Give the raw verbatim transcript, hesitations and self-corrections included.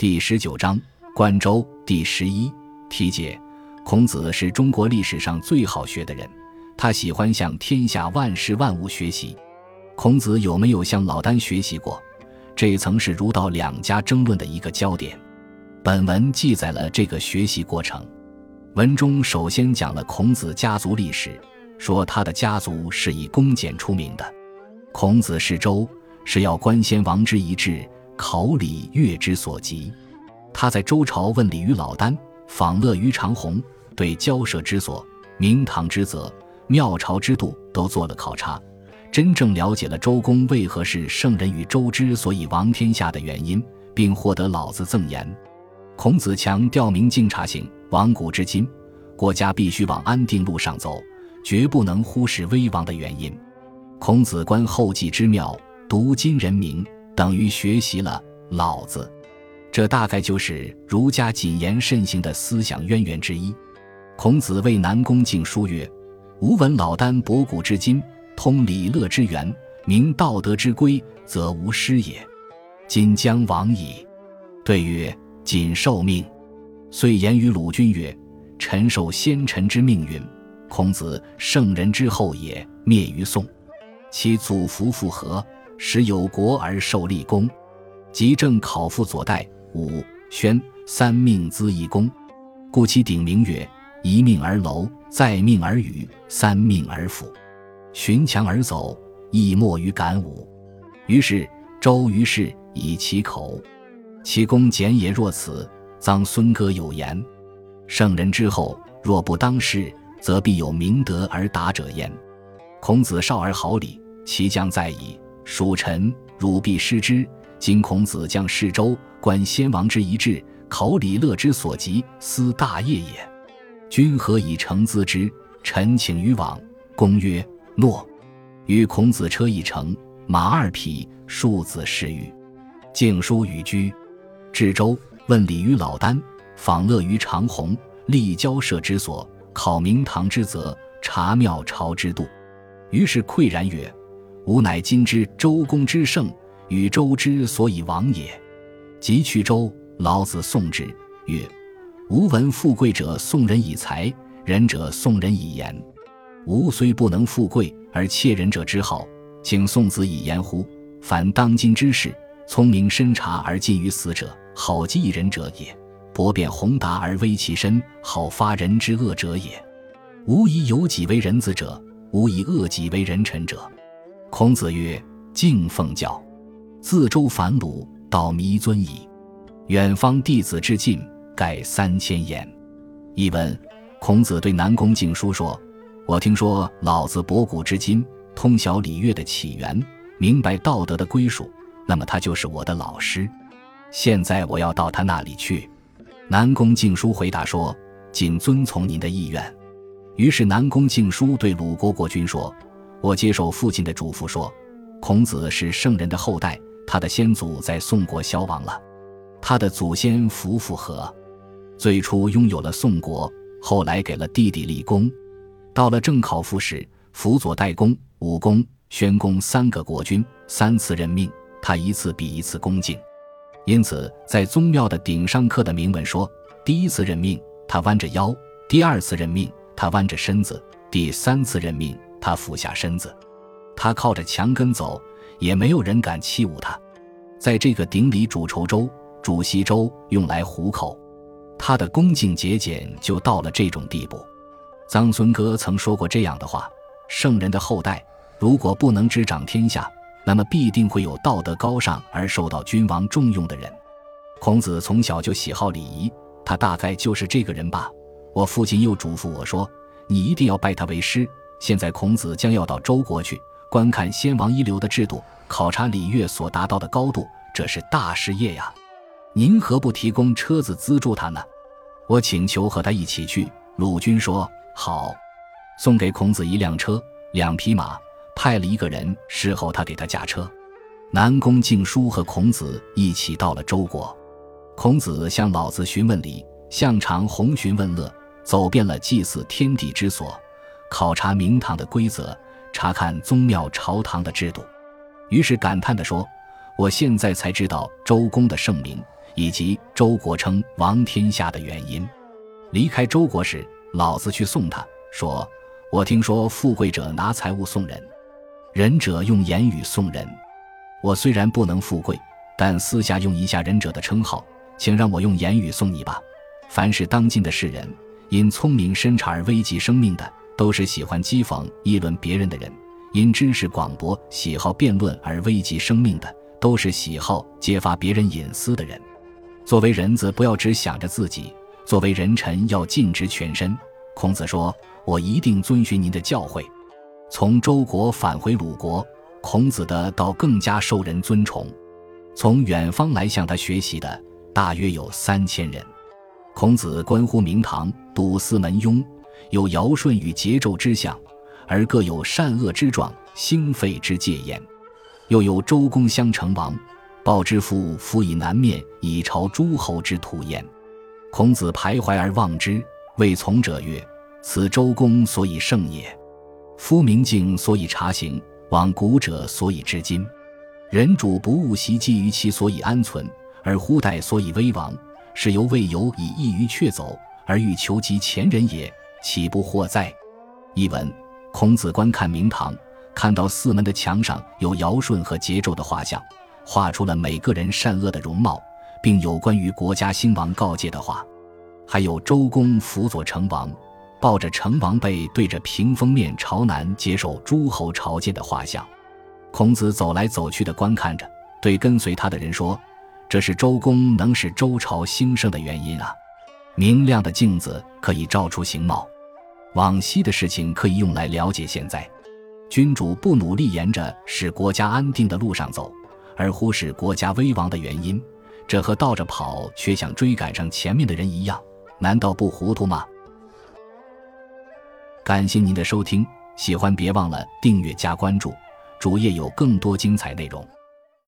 第十九章关周第十一题解。孔子是中国历史上最好学的人，他喜欢向天下万事万物学习。孔子有没有向老聃学习过，这曾是儒道两家争论的一个焦点。本文记载了这个学习过程。文中首先讲了孔子家族历史，说他的家族是以恭俭出名的。孔子事周，是要观先王之遗志，考礼乐之所及。他在周朝问礼于老聃，访乐于长虹，对交涉之所、明堂之责、庙朝之度都做了考察，真正了解了周公为何是圣人与周之所以亡天下的原因，并获得老子赠言。孔子强调明镜察行，往古至今，国家必须往安定路上走，绝不能忽视危亡的原因。孔子观后继之妙，读今人名，等于学习了老子。这大概就是儒家谨言慎行的思想渊源之一。孔子为南宫敬书曰：吾闻老聃博古之今，通礼乐之源，明道德之规，则无失也。今将亡矣。对曰：谨受命。遂言于鲁君曰：臣受先臣之命允，孔子圣人之后也，灭于宋。其祖父复何？时有国而受立功。即正考父左代、武、宣三命资一功，故其鼎名曰：一命而楼，再命而语，三命而辅。循墙而走，亦莫于感武。于是周于是以其口。其功简也若此，臧孙歌有言：圣人之后，若不当世，则必有明德而达者焉。孔子少而好礼，其将在矣。属臣，汝必失之。今孔子将事周，观先王之遗志，考礼乐之所及，思大业也。君何以成兹之？臣请于往。公曰：诺。与孔子车一乘，马二匹，庶子侍御。敬书与居。至周，问礼于老聃，访乐于长虹，立交涉之所，考明堂之责，察庙朝之度。于是喟然曰：吾乃今之周公之盛，与周之所以亡也。即去周，老子颂之曰：吾闻富贵者颂人以财，仁者颂人以言。吾虽不能富贵，而窃仁者之好，请宋子以言乎？凡当今之事，聪明深察而近于死者，好济仁者也；博辩宏达而微其身，好发人之恶者也。吾以有己为人子者，吾以恶己为人臣者。孔子曰：敬奉教。自周反鲁，到弥尊矣。远方弟子之进，盖三千言。译文：孔子对南宫敬书说：我听说老子博古之今，通晓礼乐的起源，明白道德的归属，那么他就是我的老师。现在我要到他那里去。南宫敬书回答说：谨遵从您的意愿。于是南宫敬书对鲁国国君说：我接受父亲的嘱咐说，孔子是圣人的后代，他的先祖在宋国消亡了，他的祖先夫妇和，最初拥有了宋国，后来给了弟弟立功。到了正考父时，辅佐代公、武公、宣公三个国君，三次任命，他一次比一次恭敬。因此在宗庙的顶上刻的铭文说，第一次任命他弯着腰，第二次任命他弯着身子，第三次任命他俯下身子。他靠着墙根走，也没有人敢欺侮他。在这个鼎里煮稠粥，煮稀粥，用来糊口。他的恭敬节俭就到了这种地步。臧孙歌曾说过这样的话：圣人的后代如果不能执掌天下，那么必定会有道德高尚而受到君王重用的人。孔子从小就喜好礼仪，他大概就是这个人吧。我父亲又嘱咐我说，你一定要拜他为师。现在孔子将要到周国去，观看先王遗留的制度，考察礼乐所达到的高度，这是大事业呀。您何不提供车子资助他呢？我请求和他一起去。鲁君说好，送给孔子一辆车，两匹马，派了一个人侍候他给他驾车。南宫敬书和孔子一起到了周国。孔子向老子询问礼，向长虹询问乐，走遍了祭祀天地之所，考察明堂的规则，查看宗庙朝堂的制度。于是感叹地说，我现在才知道周公的圣明， 以及周国称王天下的原因。离开周国时，老子去送他，说：我听说富贵者拿财物送人，仁者用言语送人。我虽然不能富贵，但私下用一下仁者的称号，请让我用言语送你吧。凡是当今的世人，因聪明深察而危及生命的，都是喜欢讥讽议论别人的人；因知识广博喜好辩论而危及生命的，都是喜好揭发别人隐私的人。作为人子，不要只想着自己，作为人臣要尽职全身。孔子说：我一定遵循您的教诲。从周国返回鲁国，孔子的道更加受人尊崇。从远方来向他学习的大约有三千人。孔子观乎明堂，睹四门雍，有尧舜与桀纣之象，而各有善恶之状，兴废之戒焉。又有周公相成王，鲍之父夫以南面，以朝诸侯之徒焉。孔子徘徊而望之，谓从者曰：此周公所以胜也。夫明镜所以察行，往古者所以知今。人主不务习机于其所以安存，而忽待所以危亡，是犹未有以异于却走，而欲求其前人也，岂不惑哉？译文：孔子观看明堂，看到四门的墙上有尧舜和桀纣的画像，画出了每个人善恶的容貌，并有关于国家兴亡告诫的话。还有周公辅佐成王，抱着成王背对着屏风面朝南接受诸侯朝见的画像。孔子走来走去地观看着，对跟随他的人说：这是周公能使周朝兴盛的原因啊！明亮的镜子可以照出形貌，往昔的事情可以用来了解现在。君主不努力沿着使国家安定的路上走，而忽视国家危亡的原因，这和倒着跑却想追赶上前面的人一样，难道不糊涂吗？感谢您的收听，喜欢别忘了订阅加关注，主页有更多精彩内容。